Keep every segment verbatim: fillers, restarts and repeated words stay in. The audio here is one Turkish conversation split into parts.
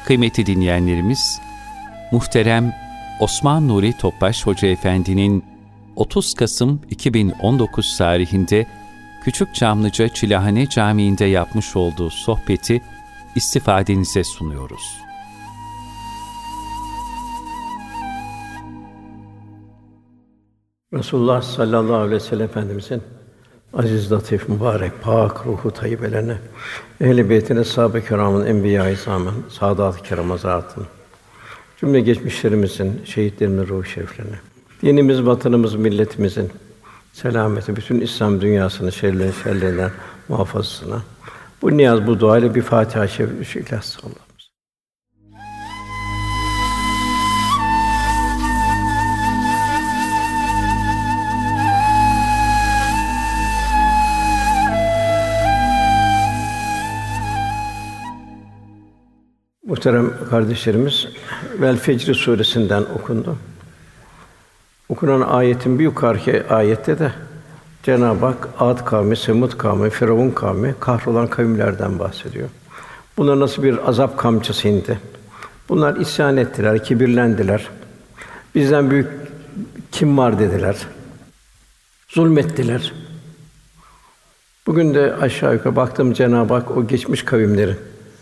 Kıymetli dinleyenlerimiz, muhterem Osman Nuri Topbaş Hoca Efendi'nin otuz Kasım iki bin on dokuz tarihinde Küçükçamlıca Çilahane Camii'nde yapmış olduğu sohbeti istifadenize sunuyoruz. Resulullah sallallahu aleyhi ve sellem Efendimizin aziz, latif, mübarek, pak ruhu tayyibelerine, ehl-i beytine, sahabe-i kirâmın, enbiya-i izâmın, saadat-ı kiram hazretlerinin, cümle geçmişlerimizin, şehitlerimizin ruh-u şeriflerine, dinimiz, vatanımız, milletimizin selameti, bütün İslam dünyasının şerleri şerlerinden muhafazasına, bu niyaz, bu dua ile bir Fatiha-i Şerif, üç İhlas Allah. Muhterem kardeşlerimiz, Vel Fecr suresinden okundu. Okunan ayetin bir yukarıki ayette de Cenab-ı Hak Âd kavmi, Semûd kavmi, Firavun kavmi, kahrolan kavimlerden bahsediyor. Bunlar nasıl bir azap kamçısı indi. Bunlar isyan ettiler, kibirlendiler. Bizden büyük kim var dediler. Zulmettiler. Bugün de aşağı yukarı baktığım Cenab-ı Hak o geçmiş kavimlerin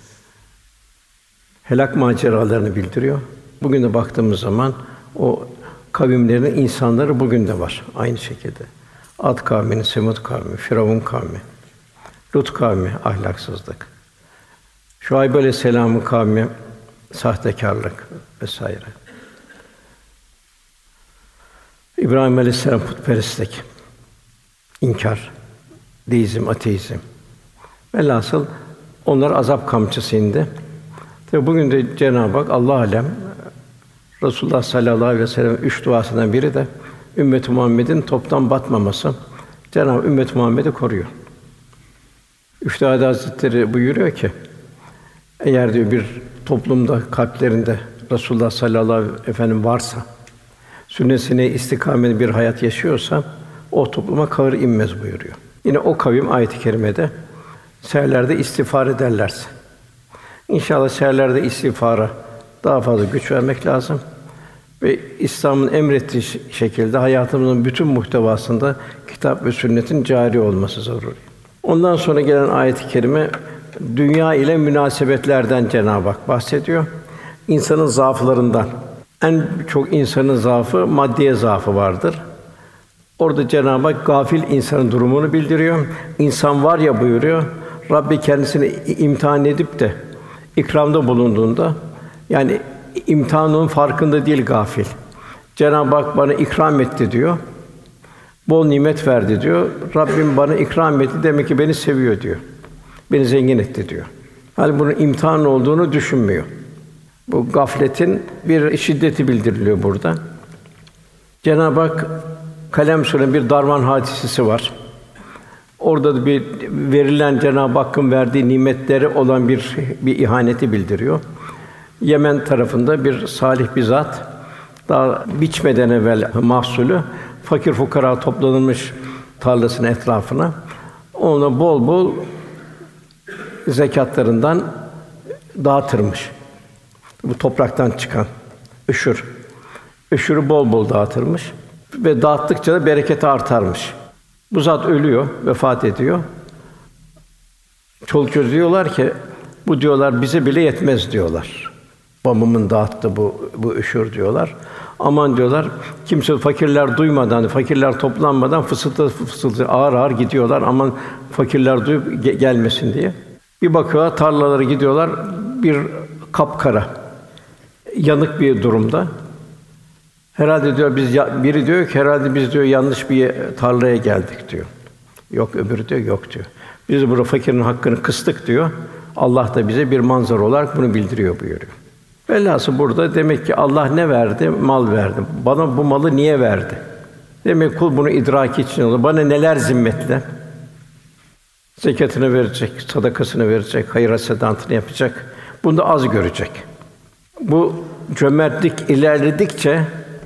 helak maceralarını bildiriyor. Bugün de baktığımız zaman o kavimlerin insanları bugün de var aynı şekilde. Âd kavminin, Semûd kavmi, Firavun kavmi, Lut kavmi ahlaksızlık. Şuayb aleyhisselam'ın kavmi sahtekârlık vesaire. İbrahim aleyhisselam putperestlik, inkar, deizm, ateizm. Velhasıl onlar azap kamçısı indi. Tabi bugün de Cenab-ı Hak Allah alem Resulullah sallallahu aleyhi ve sellem üç duasından biri de ümmet-i Muhammed'in toptan batmaması. Cenab-ı Hak ümmet-i Muhammed'i koruyor. Üstad Hazretleri buyuruyor ki eğer diyor bir toplumda kalplerinde Resulullah sallallahu aleyhi ve sellem varsa, sünnetine istikamet bir hayat yaşıyorsa o topluma kahır inmez buyuruyor. Yine o kavim ayet-i kerimede seherlerde istiğfar ederlerse, İnşallah seherlerde istiğfara daha fazla güç vermek lazım ve İslam'ın emrettiği şekilde hayatımızın bütün muhtevasında kitap ve sünnetin cari olması zaruri. Ondan sonra gelen ayet-i kerime dünya ile münasebetlerden Cenab-ı Hak bahsediyor. İnsanın zaaflarından. En çok insanın zaafı maddiye zaafı vardır. Orada Cenab-ı Hak gafil insanın durumunu bildiriyor. İnsan var ya buyuruyor. Rabbi kendisini imtihan edip de ikramda bulunduğunda, yani imtihanın farkında değil gafil. Cenab-ı Hak bana ikram etti diyor. Bol nimet verdi diyor. Rabbim bana ikram etti demek ki beni seviyor diyor. Beni zengin etti diyor. Halbuki bunun imtihan olduğunu düşünmüyor. Bu gafletin bir şiddeti bildiriliyor burada. Cenab-ı Hak Kalem Sûresinde bir darman hadisesi var. Orada da bir verilen Cenab-ı Hakk'ın verdiği nimetleri olan bir bir ihaneti bildiriyor. Yemen tarafında bir salih bir zat daha biçmeden evvel mahsulü fakir fukara toplanılmış tarlasının etrafına ona bol bol zekâtlarından dağıtırmış. Bu topraktan çıkan öşür. Öşürü bol bol dağıtırmış ve dağıttıkça da bereketi artarmış. Bu zat ölüyor, vefat ediyor. Çoluk çocuğu diyorlar ki, bu diyorlar bize bile yetmez diyorlar. Babamın dağıttı bu bu öşür diyorlar. Aman diyorlar, kimse fakirler duymadan, fakirler toplanmadan fısıltı fısıltı ağır ağır gidiyorlar. Aman fakirler duyup ge- gelmesin diye. Bir bakıyorlar tarlalara gidiyorlar, bir kapkara, yanık bir durumda. Herhalde diyor biz ya, biri diyor ki herhalde biz diyor yanlış bir tarlaya geldik diyor. Yok öbürü diyor yok diyor. Biz burada fakirin hakkını kıstık diyor. Allah da bize bir manzara olarak bunu bildiriyor buyuruyor. Velhâsıl burada demek ki Allah ne verdi? Mal verdi. Bana bu malı niye verdi? Demek kul bunu idrak için olur. Bana neler zimmetli? Zekâtını verecek, sadakasını verecek, hayır hasenatını yapacak. Bunu da az görecek. Bu cömertlik ilerledikçe,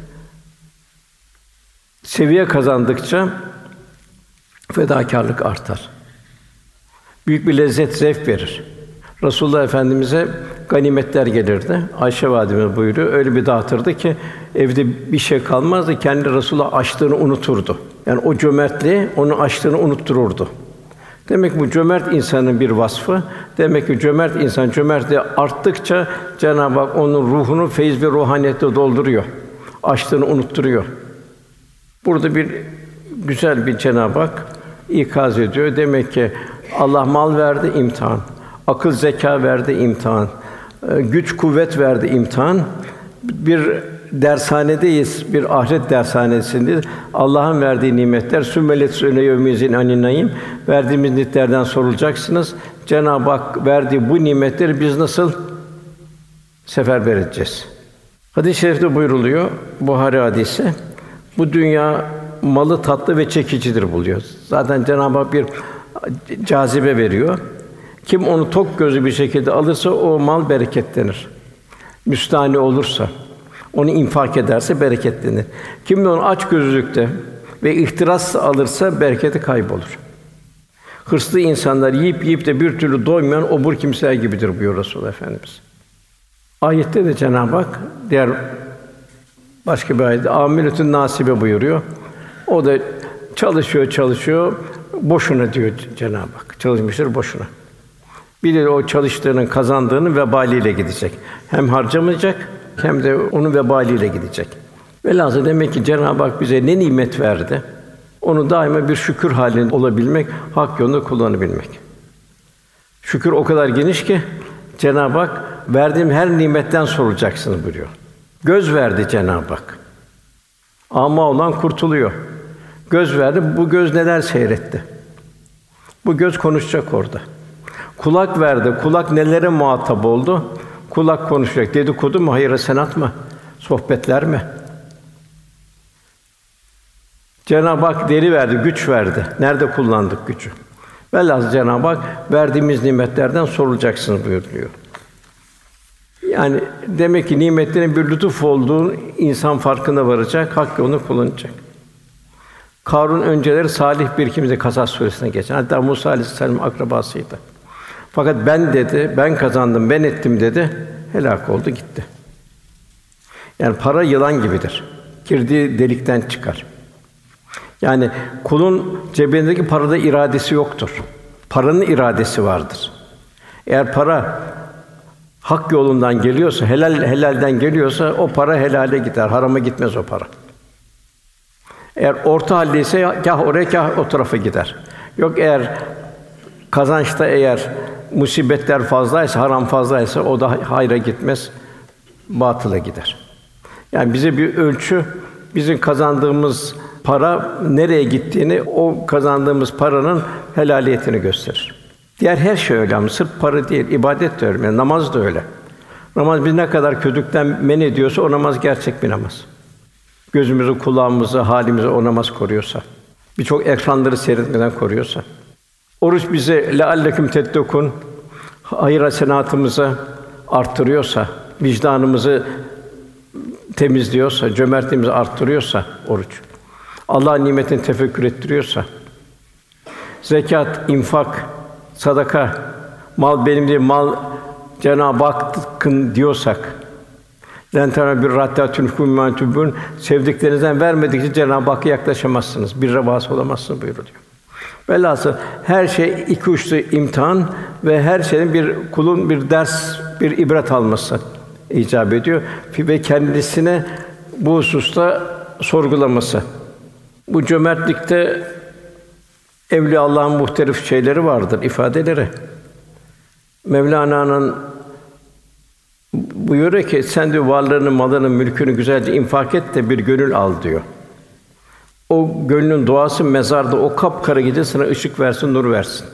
seviye kazandıkça fedakârlık artar. Büyük bir lezzet, zevk verir. Resulullah Efendimiz'e ganimetler gelirdi. Ayşe validemiz buyuruyor, öyle bir dağıtırdı ki evde bir şey kalmazdı. Kendi Resulullah açlığını unuturdu. Yani o cömertliği onun açlığını unuttururdu. Demek ki bu cömert insanın bir vasfı. Demek ki cömert insan cömertliği arttıkça Cenab-ı Hak onun ruhunu feyz ve ruhaniyetle dolduruyor. Açlığını unutturuyor. Burada bir güzel bir Cenab-ı Hak ikaz ediyor. Demek ki Allah mal verdi, imtihan. Akıl zeka verdi, imtihan. Güç kuvvet verdi, imtihan. Bir dershanedeyiz, bir ahiret dershanesindeyiz. Allah'ın verdiği nimetler sümmelet sünne yevmizin aninayim. Verdiğimiz nimetlerden sorulacaksınız. Cenab-ı Hak verdiği bu nimetleri biz nasıl seferber edeceğiz? Hadis-i şerifte buyruluyor, Buhari hadisi. Bu dünya malı tatlı ve çekicidir buluyor. Zaten Cenab-ı Hak bir cazibe veriyor. Kim onu tok gözlü bir şekilde alırsa o mal bereketlenir. Müstahni olursa, onu infak ederse bereketlenir. Kim de onu aç gözlülükte ve ihtirasla alırsa bereketi kaybolur. Hırslı insanlar yiyip yiyip de bir türlü doymayan obur kimseler gibidir buyuruyor Resulullah Efendimiz. Ayette de Cenab-ı Hak diğer başka bir ayette âmiletün nâsibe buyuruyor. O da çalışıyor, çalışıyor, boşuna diyor Cenab-ı Hak. Çalışmıştır boşuna. Bir de o çalıştığının, kazandığının vebaliyle gidecek. Hem harcamayacak hem de onun vebaliyle gidecek. Velhâsıl demek ki Cenab-ı Hak bize ne nimet verdi, onu daima bir şükür halinde olabilmek, hak yolunda kullanabilmek. Şükür o kadar geniş ki Cenab-ı Hak verdiğim her nimetten sorulacaksınız buyuruyor. Göz verdi Cenab-ı Hak. Âmâ olan kurtuluyor. Göz verdi, bu göz neler seyretti? Bu göz konuşacak orada. Kulak verdi, kulak nelere muhatap oldu? Kulak konuşacak. Dedikodu mu, hayır senat mı? Sohbetler mi? Cenab-ı Hak deri verdi, güç verdi. Nerede kullandık gücü? Velhâsıl Cenab-ı Hak verdiğimiz nimetlerden sorulacaksınız buyuruyor. Yani demek ki nimetlerin bir lütuf olduğunu insan farkına varacak, hak yolunu kullanacak. Kârun önceleri salih bir kimse Kasas suresine geçen. Hatta Musa aleyhisselam akrabasıydı. Fakat ben dedi, ben kazandım, ben ettim dedi, helak oldu gitti. Yani para yılan gibidir. Girdiği delikten çıkar. Yani kulun cebindeki parada iradesi yoktur. Paranın iradesi vardır. Eğer para hak yolundan geliyorsa, helal helalden geliyorsa o para helale gider, harama gitmez o para. Eğer orta haldeyse kâh oraya kâh o tarafa gider. Yok eğer kazançta eğer musibetler fazlaysa, haram fazlaysa o da hayra gitmez, batıla gider. Yani bize bir ölçü, bizim kazandığımız para nereye gittiğini, o kazandığımız paranın helaliyetini gösterir. Diğer her şey öyle ama sırf para değil, ibadet de öyle, yani namaz da öyle. Namaz bizi ne kadar kötülükten men ediyorsa o namaz gerçek bir namaz. Gözümüzü, kulağımızı, halimizi o namaz koruyorsa, birçok ekranları seyretmeden koruyorsa. Oruç bize lealleküm tettekûn hayır hasenatımızı arttırıyorsa, vicdanımızı temizliyorsa, cömertliğimizi arttırıyorsa oruç. Allah'ın nimetini tefekkür ettiriyorsa, zekat, infak, sadaka, mal benim değil, mal Cenab-ı Hakk'ın diyorsak, lentera bir rahatâtün fûmâtübün sevdiklerinizden vermedikçe Cenab-ı Hakk'a yaklaşamazsınız, bir vasıl olamazsınız buyuruyor. Velhâsıl her şey iki uçlu imtihan ve her şeyin bir kulun bir ders, bir ibret alması icap ediyor ve kendisine bu hususta sorgulaması. Bu cömertlikte evliya Allah'ın muhtelif şeyleri vardır, ifadeleri. Mevlana'nın buyuruyor ki sen diyor varlığını, malını, mülkünü güzelce infak et de bir gönül al diyor. O gönlün duası mezarda o kapkara gece sana ışık versin, nur versin.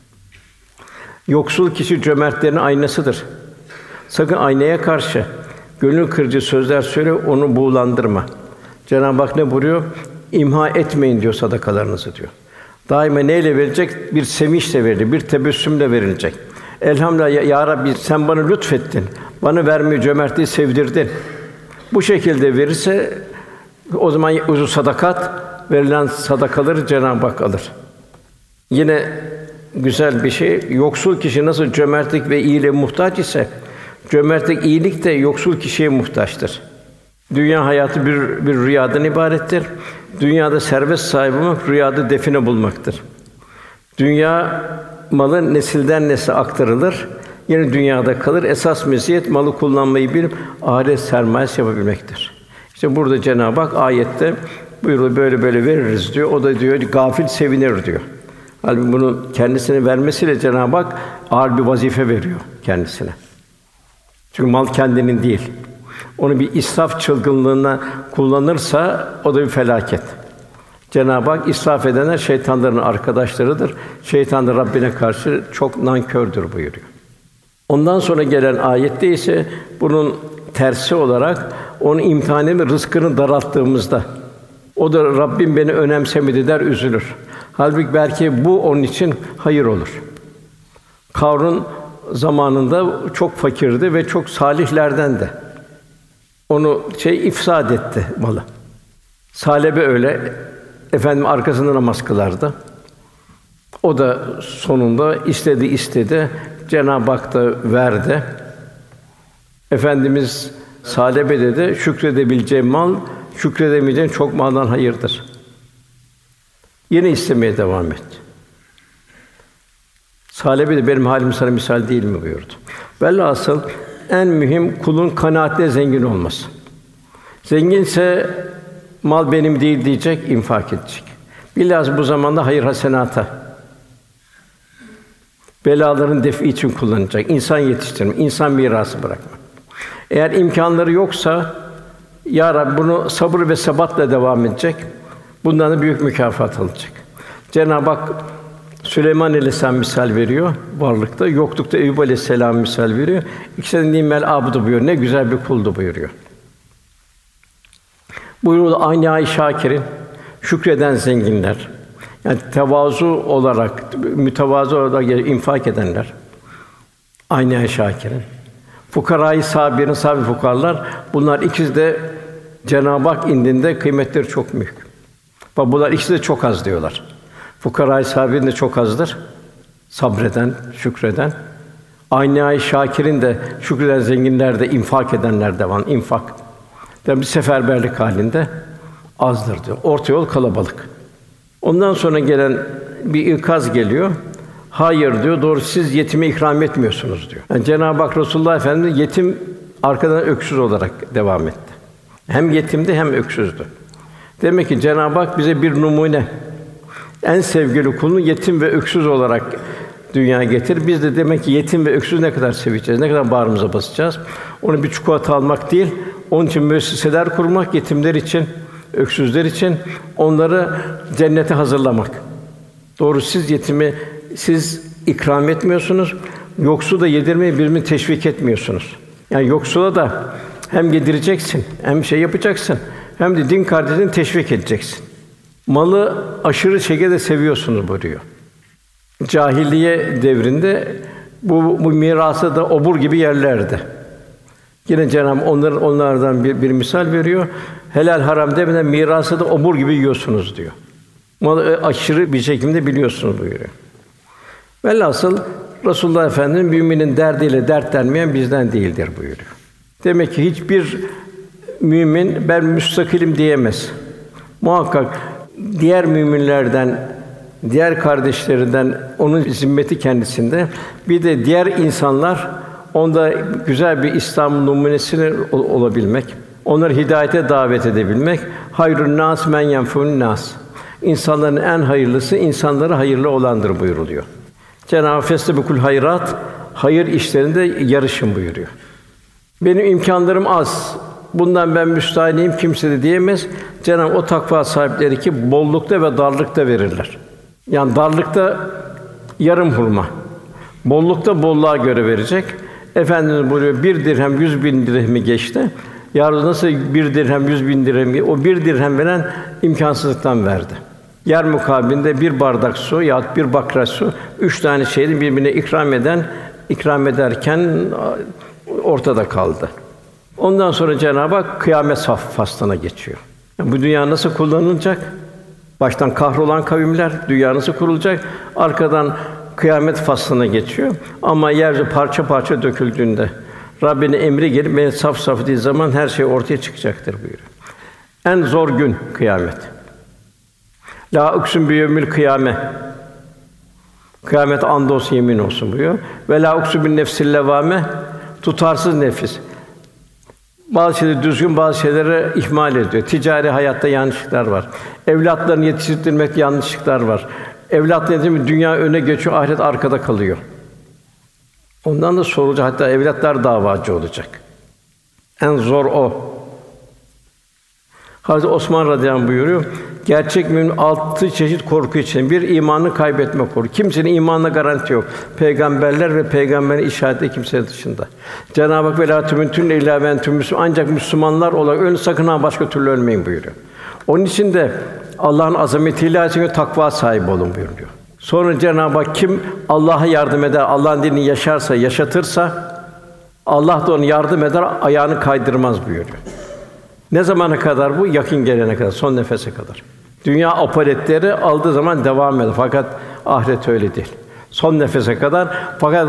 Yoksul kişi cömertlerin aynasıdır. Sakın aynaya karşı gönül kırıcı sözler söyle, onu buğulandırma. Cenab-ı Hak ne buyuruyor? İmha etmeyin diyor sadakalarınızı diyor. Daima neyle verilecek? Bir sevinçle verilecek, bir tebessümle verilecek. Elhamdülillah ya, ya Rabbi sen bana lütfettin. Bana vermeyi, cömertliği sevdirdin. Bu şekilde verirse o zaman uzun sadakat verilen sadakaları Cenab-ı Hak alır. Yine güzel bir şey. Yoksul kişi nasıl cömertlik ve iyiliğe muhtaç ise, cömertlik, iyilik de yoksul kişiye muhtaçtır. Dünya hayatı bir, bir rüyadan ibarettir. Dünyada servet sahibi olmak, rüyada define bulmaktır. Dünya malı nesilden nesile aktarılır. Yine dünyada kalır. Esas meziyet malı kullanmayı bilip ahiret sermayesi yapabilmektir. İşte burada Cenab-ı Hak ayette buyuruyor, böyle böyle veririz diyor. O da diyor gafil sevinir diyor. Halbuki bunu kendisine vermesiyle Cenab-ı Hak ağır bir vazife veriyor kendisine. Çünkü mal kendinin değil. Onu bir israf çılgınlığına kullanırsa o da bir felaket. Cenab-ı Hak israf edenler şeytanların arkadaşlarıdır. Şeytan da Rabbine karşı çok nankördür buyuruyor. Ondan sonra gelen ayette ise bunun tersi olarak onun imtihanını, rızkını daralttığımızda o da Rabbim beni önemsemedi der, üzülür. Halbuki belki bu onun için hayır olur. Kârun zamanında çok fakirdi ve çok salihlerden de. Onu şey ifsad etti malı. Salebe öyle, efendim arkasında namaz kılardı. O da sonunda istedi istedi, Cenab-ı Hak da verdi. Efendimiz Salebe dedi, şükredebileceğin mal, şükredemeyeceğin çok maldan hayırdır. Yine istemeye devam etti. Salebe de benim halim sana misal değil mi buyurdu. Velhasıl en mühim kulun kanaatle zengin olması. Zenginse mal benim değil diyecek, infak edecek. Bilhassa bu zamanda hayır hasenata, belaların defi için kullanacak, insan yetiştirme, insan mirası bırakma. Eğer imkânları yoksa, ya Rabbi bunu sabır ve sebatla devam edecek. Bundan da büyük mükafat alacak. Cenab-ı Hak Süleyman Aleyhisselam misal veriyor varlıkta, yoklukta Eyüp Aleyhisselam misal veriyor. İkisinin nimel abdu buyuruyor. Ne güzel bir kuldu buyuruyor. Buyuruyor Âni Şâkir'in şükreden zenginler. Yani tevazu olarak, mütevazı olarak infak edenler. Âni Şâkir'in. Fukarâ-i sabirin, sabir fukarlar. Bunlar ikisi de Cenab-ı Hak indinde kıymetleri çok büyük. Bak bunlar ikisi de çok az diyorlar. Fukarâ-i sabirin de çok azdır. Sabreden, şükreden. Âni Şâkir'in de şükreden zenginler de infak edenler de var. İnfak. Yani bir seferberlik halinde azdır diyor. Orta yol kalabalık. Ondan sonra gelen bir ikaz geliyor. Hayır diyor, doğru siz yetime ikram etmiyorsunuz diyor. Yani Cenab-ı Hak Resulullah Efendimiz yetim arkadan öksüz olarak devam etti. Hem yetimdi hem öksüzdü. Demek ki Cenab-ı Hak bize bir numune, en sevgili kulunu yetim ve öksüz olarak dünyaya getir. Biz de demek ki yetim ve öksüz ne kadar seveceğiz, ne kadar bağrımıza basacağız. Onu bir çikolata almak değil, onun için müesseseler kurmak, yetimler için, öksüzler için onları cennete hazırlamak. Doğru siz yetimi siz ikram etmiyorsunuz. Yoksulu da yedirmeyi birbirini teşvik etmiyorsunuz. Yani yoksula da hem yedireceksin, hem şey yapacaksın, hem de din kardeşini teşvik edeceksin. Malı aşırı şekilde seviyorsunuz buyuruyor. Cahiliye devrinde bu, bu mirası da obur gibi yerlerdi. Yine Cenab-ı Hak onların onlardan bir, bir misal veriyor. Helal haram demeden mirası da obur gibi yiyorsunuz diyor. Malı aşırı bir şekilde biliyorsunuz buyuruyor. Velhasıl Resulullah Efendimiz müminin derdiyle dertlenmeyen bizden değildir buyuruyor. Demek ki hiçbir mümin ben müstakilim diyemez. Muhakkak diğer müminlerden, diğer kardeşlerinden onun zimmeti kendisinde. Bir de diğer insanlar onda güzel bir İslam numunesini olabilmek, onları hidayete davet edebilmek. Hayrun nâs men yenfûn nâs. İnsanların en hayırlısı insanlara hayırlı olandır buyuruluyor. Cenab-ı Hak "Festebikul hayrat" hayır işlerinde yarışın buyuruyor. Benim imkânlarım az. Bundan ben müstahniyim kimse de diyemez. Cenab-ı Hak o takva sahipleri ki bollukta ve darlıkta verirler. Yani darlıkta yarım hurma, bollukta bolluğa göre verecek. Efendimiz buyuruyor bir dirhem yüz bin dirhemi geçti. Yarın nasıl bir dirhem yüz bin dirhemi? O bir dirhem veren imkânsızlıktan verdi. Yer mukabilinde bir bardak su yahut bir bakraç su, üç tane şeyi birbirine ikram eden, ikram ederken ortada kaldı. Ondan sonra Cenab-ı Hak kıyamet saf faslına geçiyor. Yani bu dünya nasıl kullanılacak? Baştan kahrolan kavimler, dünya nasıl kurulacak? Arkadan kıyamet faslına geçiyor. Ama yer parça parça döküldüğünde Rabbinin emri gelip ve saf saf dediği zaman her şey ortaya çıkacaktır buyuruyor. En zor gün kıyamet. La uksum bi yevmil kıyame. Kıyamet andolsun yemin olsun buyuruyor. Ve la uksum bin nefsil levame. Tutarsız nefis. Bazı şeyleri düzgün, bazı şeyleri ihmal ediyor. Ticari hayatta yanlışlıklar var. Evlatlarını yetiştirmekte yanlışlıklar var. Evlatların dünya öne geçiyor, ahiret arkada kalıyor. Ondan da sorulacak, hatta evlatlar davacı olacak. En zor o. Hazreti Osman radıyallahu anh buyuruyor, gerçek mümin altı çeşit korku için bir imanı kaybetme korku. Kimsenin imanına garanti yok. Peygamberler ve peygamberin işareti kimse dışında. Cenab-ı Hak ve la tümüntün illa ben tüm Müslüman, ancak Müslümanlar olarak ölün, sakın ha başka türlü ölmeyin buyuruyor. Onun için de Allah'ın azametiyle için takva sahibi olun buyuruyor. Sonra Cenab-ı Hak kim Allah'a yardım eder, Allah'ın dinini yaşarsa, yaşatırsa Allah da ona yardım eder, ayağını kaydırmaz buyuruyor. Ne zamana kadar bu? Yakın gelene kadar, son nefese kadar. Dünya apoletleri aldığı zaman devam eder. Fakat ahiret öyle değil. Son nefese kadar. Fakat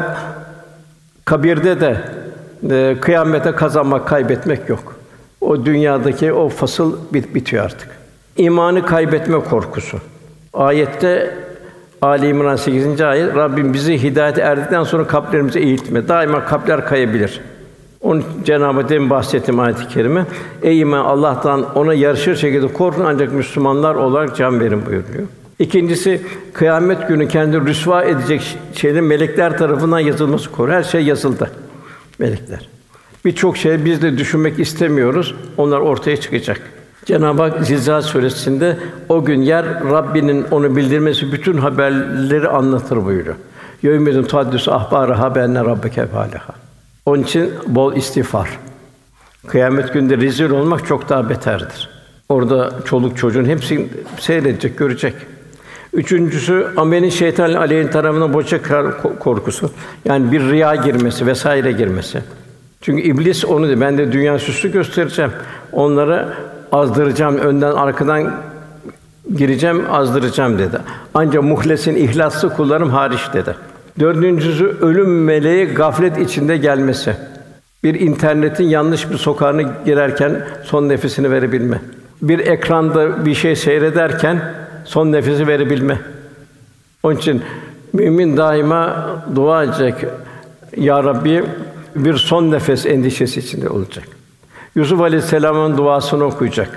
kabirde de e, kıyamete kazanmak, kaybetmek yok. O dünyadaki o fasıl bit bitiyor artık. İmanı kaybetme korkusu. Ayette Ali İmran sekizinci ayet, Rabbim bizi hidayete erdikten sonra kalplerimizi eğitme. Daima kalpler kayabilir. Onun Cenab-ı Hak demin bahsettiğim ayet-i kerime, ey iman Allah'tan ona yarışır şekilde korkun, ancak Müslümanlar olarak can verin buyuruyor. İkincisi, kıyamet günü kendini rüsva edecek şeylerin melekler tarafından yazılması korur. Her şey yazıldı. Melekler. Birçok şey biz de düşünmek istemiyoruz. Onlar ortaya çıkacak. Cenab-ı Hak Zilzal suresinde o gün yer Rabbinin onu bildirmesi bütün haberleri anlatır buyuruyor. Yevmidin tuhaddis ahbaraha benne rabbeke fâleha. Onun için bol istiğfar. Kıyamet günde rezil olmak çok daha beterdir. Orada çoluk çocuğun hepsini seyredecek, görecek. Üçüncüsü amelin şeytanın aleyhine tarafından boşa korkusu. Yani bir riya girmesi vesaire girmesi. Çünkü iblis onu diyor. Ben de dünya süslü göstereceğim. Onları azdıracağım, önden arkadan gireceğim, azdıracağım dedi. Ancak muhlesin, ihlaslı kullarım hariç dedi. Dördüncüsü ölüm meleği gaflet içinde gelmesi. Bir internetin yanlış bir sokağına girerken son nefesini verebilme. Bir ekranda bir şey seyrederken son nefesi verebilme. Onun için mümin daima dua edecek. Ya Rabbi, bir son nefes endişesi içinde olacak. Yusuf Aleyhisselam'ın duasını okuyacak.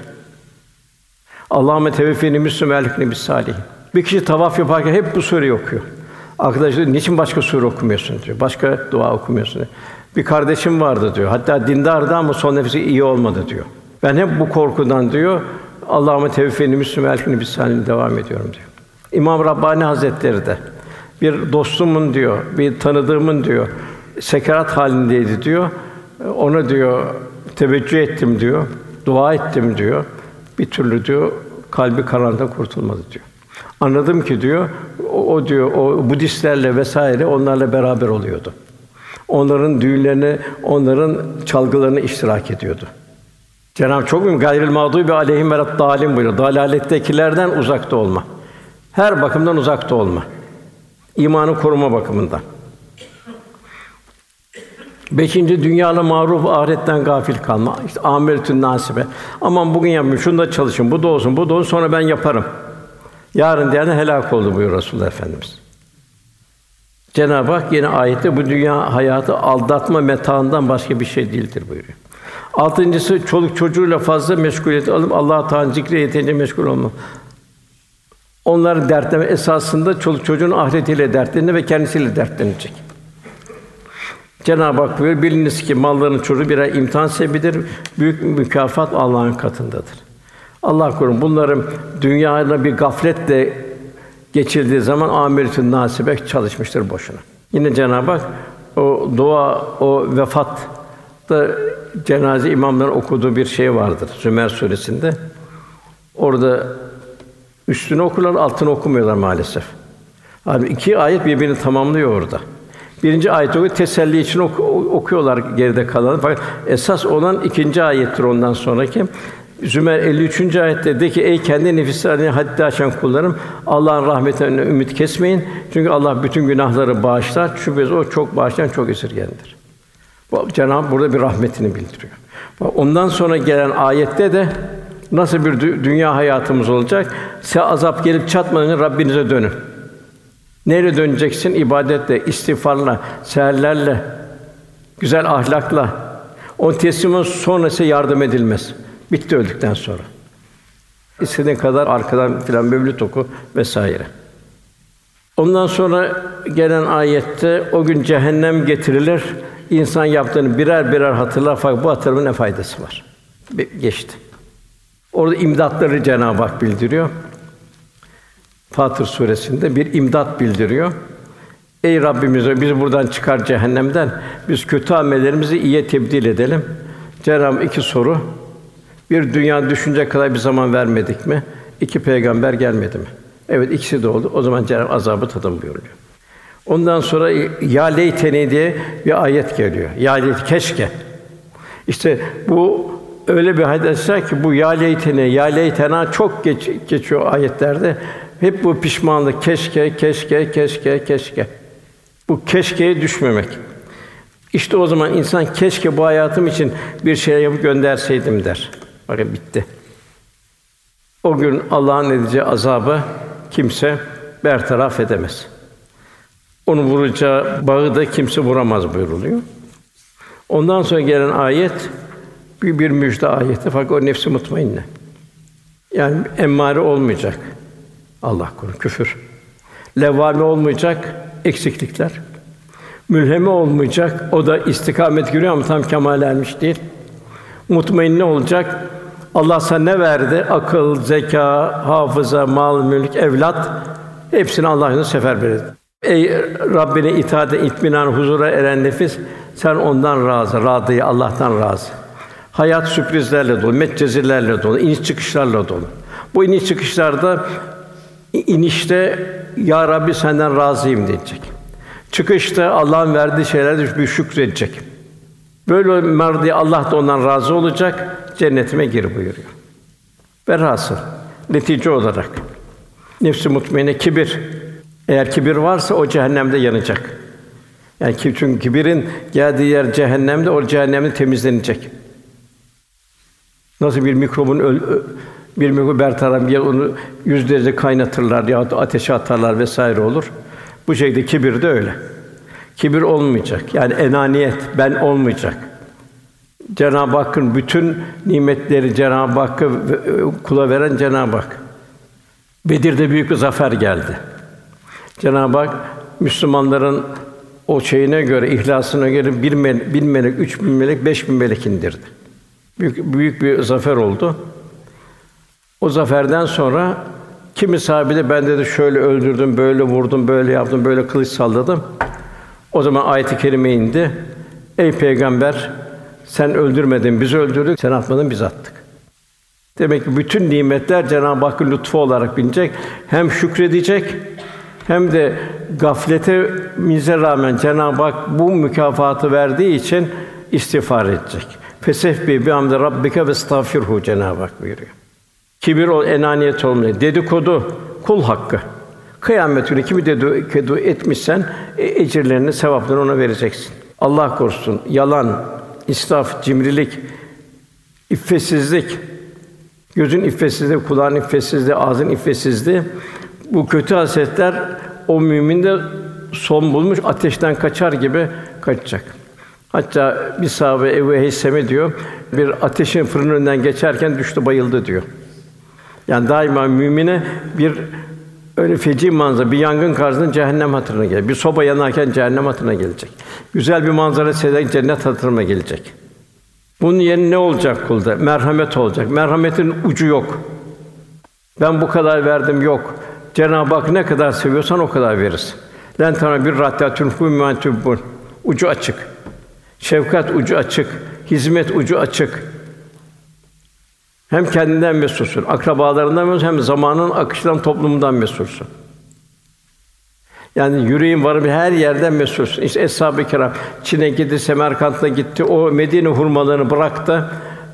Allahümme teveffini müslüm ve elhikni bis salihin. Bir kişi tavaf yaparken hep bu sureyi okuyor. Arkadaş diyor, niçin başka sure okumuyorsun diyor. Başka dua okumuyorsun diyor. Bir kardeşim vardı diyor. Hatta dindardı ama son nefesi iyi olmadı diyor. Ben hep bu korkudan diyor. Allahümme teveffini müslüm ve elhikni bis salihin devam ediyorum diyor. İmam Rabbani Hazretleri de bir dostumun diyor, bir tanıdığımın diyor, sekarat halindeydi diyor. Ona diyor teveccüh ettim diyor. Dua ettim diyor. Bir türlü diyor kalbi karanlıktan kurtulmadı diyor. Anladım ki diyor o, o diyor o Budistlerle vesaire onlarla beraber oluyordu. Onların düğünlerine, onların çalgılarına iştirak ediyordu. Cenab-ı çok mühim gayril mağdûbi aleyhim ve dâlin buyuruyor. Dalalettekilerden uzakta olma. Her bakımdan uzakta olma. İmanı koruma bakımından. Beşinci dünyayla mağruf, ahiretten gafil kalma. İşte âmeletün nâsibe. Aman bugün yapmayayım, şunda çalışın, bu da olsun, bu da olsun, sonra ben yaparım. Yarın diyen helak oldu buyuruyor Resulullah Efendimiz. Cenab-ı Hak yine ayette bu dünya hayatı aldatma metaından başka bir şey değildir buyuruyor. Altıncısı çoluk çocuğuyla fazla meşguliyet alıp Allah Teala'nın zikriyle yeterince meşgul olma. Onların dertleme esasında çoluk çocuğun ahiretiyle dertlenir ve kendisiyle dertlenecek. Cenab-ı Hak buyuruyor, biliniz ki malların çocuğu birer imtihan sebebidir. Büyük mükafat Allah'ın katındadır. Allah korusun bunların dünyada bir gafletle geçirdiği zaman âmeletün nâsibe çalışmıştır boşuna. Yine Cenab-ı Hak o dua, o vefat da cenaze imamların okuduğu bir şey vardır Zümer suresinde. Orada üstünü okurlar, altını okumuyorlar maalesef. Halbuki iki ayet birbirini tamamlıyor orada. Birinci ayet okuyor, teselli için oku, okuyorlar geride kalanı. Fakat esas olan ikinci ayettir ondan sonraki. Zümer elli üçüncü ayette de ki ey kendi nefislerine haddi aşan kullarım Allah'ın rahmetinden ümit kesmeyin. Çünkü Allah bütün günahları bağışlar. Şüphesiz o çok bağışlayan, çok esirgeyendir. Bu Cenab-ı burada bir rahmetini bildiriyor. Ondan sonra gelen ayette de nasıl bir dü- dünya hayatımız olacak? Size azap gelip çatmadan önce Rabbinize dönün. Neyle döneceksin? İbadetle, istiğfarla, seherlerle, güzel ahlakla. O teslimin sonrası yardım edilmez. Bitti öldükten sonra. İstediğin kadar arkadan filan mevlüt oku vesaire. Ondan sonra gelen ayette o gün cehennem getirilir. İnsan yaptığını birer birer hatırlar fakat bu hatırlamanın ne faydası var? Geçti. Orada imdatları Cenab-ı Hak bildiriyor. Fatır suresinde bir imdat bildiriyor. Ey Rabbimiz, bizi buradan çıkar cehennemden. Biz kötü amellerimizi iyiye tebdil edelim. Cenab-ı iki soru. Bir, dünya düşünecek kadar bir zaman vermedik mi? İki, peygamber gelmedi mi? Evet, ikisi de oldu. O zaman Cenab-ı azabı tadın buyuruyor. Ondan sonra ya leyteni diye bir ayet geliyor. Ya leyt keşke. İşte bu öyle bir hadis-i ki bu ya leyteni, ya leytena çok geç, geçiyor ayetlerde. Hep bu pişmanlık, keşke, keşke, keşke, keşke. Bu keşkeye düşmemek. İşte o zaman insan keşke bu hayatım için bir şey yapıp gönderseydim der. Bakın bitti. O gün Allah'ın edeceği azabı kimse bertaraf edemez. Onu vuracağı bağı da kimse vuramaz buyuruluyor. Ondan sonra gelen ayet bir, bir müjde ayeti fakat o nefs-i mutmainne. Yani emmare olmayacak. Allah korusun küfür. Levvame olmayacak, eksiklikler. Mülheme olmayacak, o da istikamet görüyor ama tam kemale ermiş değil. Mutmainne olacak. Allah sana ne verdi? Akıl, zeka, hafıza, mal, mülk, evlat hepsini Allah'ın seferber etti. Ey Rabbine itaate, itminan, huzura eren nefis, sen ondan razı, radıyı Allah'tan razı. Hayat sürprizlerle dolu, metcezirlerle dolu, iniş çıkışlarla dolu. Bu iniş çıkışlarda inişte ya Rabbi senden razıyım diyecek. Çıkışta Allah'ın verdiği şeylerde bir şükredecek. Böyle merdi Allah da ondan razı olacak, cennetime gir buyuruyor. Velhasıl netice olarak nefs-i mutmainne kibir. Eğer kibir varsa o cehennemde yanacak. Yani çünkü kibirin geldiği yer cehennemde, o cehennemde temizlenecek. Nasıl bir mikrobun öl, bir mikrobu bertaraf ya onu yüz derece kaynatırlar ya ateşe atarlar vesaire olur. Bu şekilde kibir de öyle. Kibir olmayacak. Yani enaniyet, ben olmayacak. Cenab-ı Hakk'ın bütün nimetleri Cenab-ı Hakk'a kula veren Cenab-ı Hak. Bedir'de büyük bir zafer geldi. Cenab-ı Hak Müslümanların o şeyine göre, ihlasına göre bir melek, bin melek, üç bin melek, beş bin melek indirdi. Büyük büyük bir zafer oldu. O zaferden sonra kimi sahabe de ben dedi şöyle öldürdüm, böyle vurdum, böyle yaptım, böyle kılıç salladım. O zaman ayet-i kerime indi. Ey peygamber, sen öldürmedin, biz öldürdük, sen atmadın, biz attık. Demek ki bütün nimetler Cenab-ı Hakk'ın lütfu olarak bilinecek. Hem şükredecek, hem de gaflete mize rağmen Cenab-ı Hak bu mükafatı verdiği için istiğfar edecek. Fesebbi bihamdi rabbike ve estağfirhu Cenab-ı Hak buyuruyor. Kibir o enaniyet olmuyor. Dedikodu kul hakkı. Kıyamet günü kimi dedikodu etmişsen ecirlerini, sevaplarını ona vereceksin. Allah korusun. Yalan, israf, cimrilik, iffetsizlik, gözün iffetsizliği, kulağın iffetsizliği, ağzın iffetsizliği, bu kötü hasetler o müminde son bulmuş ateşten kaçar gibi kaçacak. Hatta bir sahabe Ebu Heyseme diyor, bir ateşin fırının önünden geçerken düştü, bayıldı diyor. Yani daima mümine bir öyle feci manzara, bir yangın karşısında cehennem hatırına gelecek. Bir soba yanarken cehennem hatırına gelecek. Güzel bir manzara seyrederken cennet hatırına gelecek. Bunun yerine ne olacak kulda? Merhamet olacak. Merhametin ucu yok. Ben bu kadar verdim yok. Cenab-ı Hak ne kadar seviyorsan o kadar verirsin. Len tana bir rahatiyatun fûmâtübbûn. Ucu açık. Şefkat ucu açık. Hizmet ucu açık. Hem kendinden mesulsun, akrabalarından mesulsun, hem zamanın akışından, toplumundan mesulsun. Yani yüreğin varı her yerden mesulsun. İşte Eshab-ı Kiram Çin'e gitti, Semerkant'a gitti. O Medine hurmalarını bıraktı.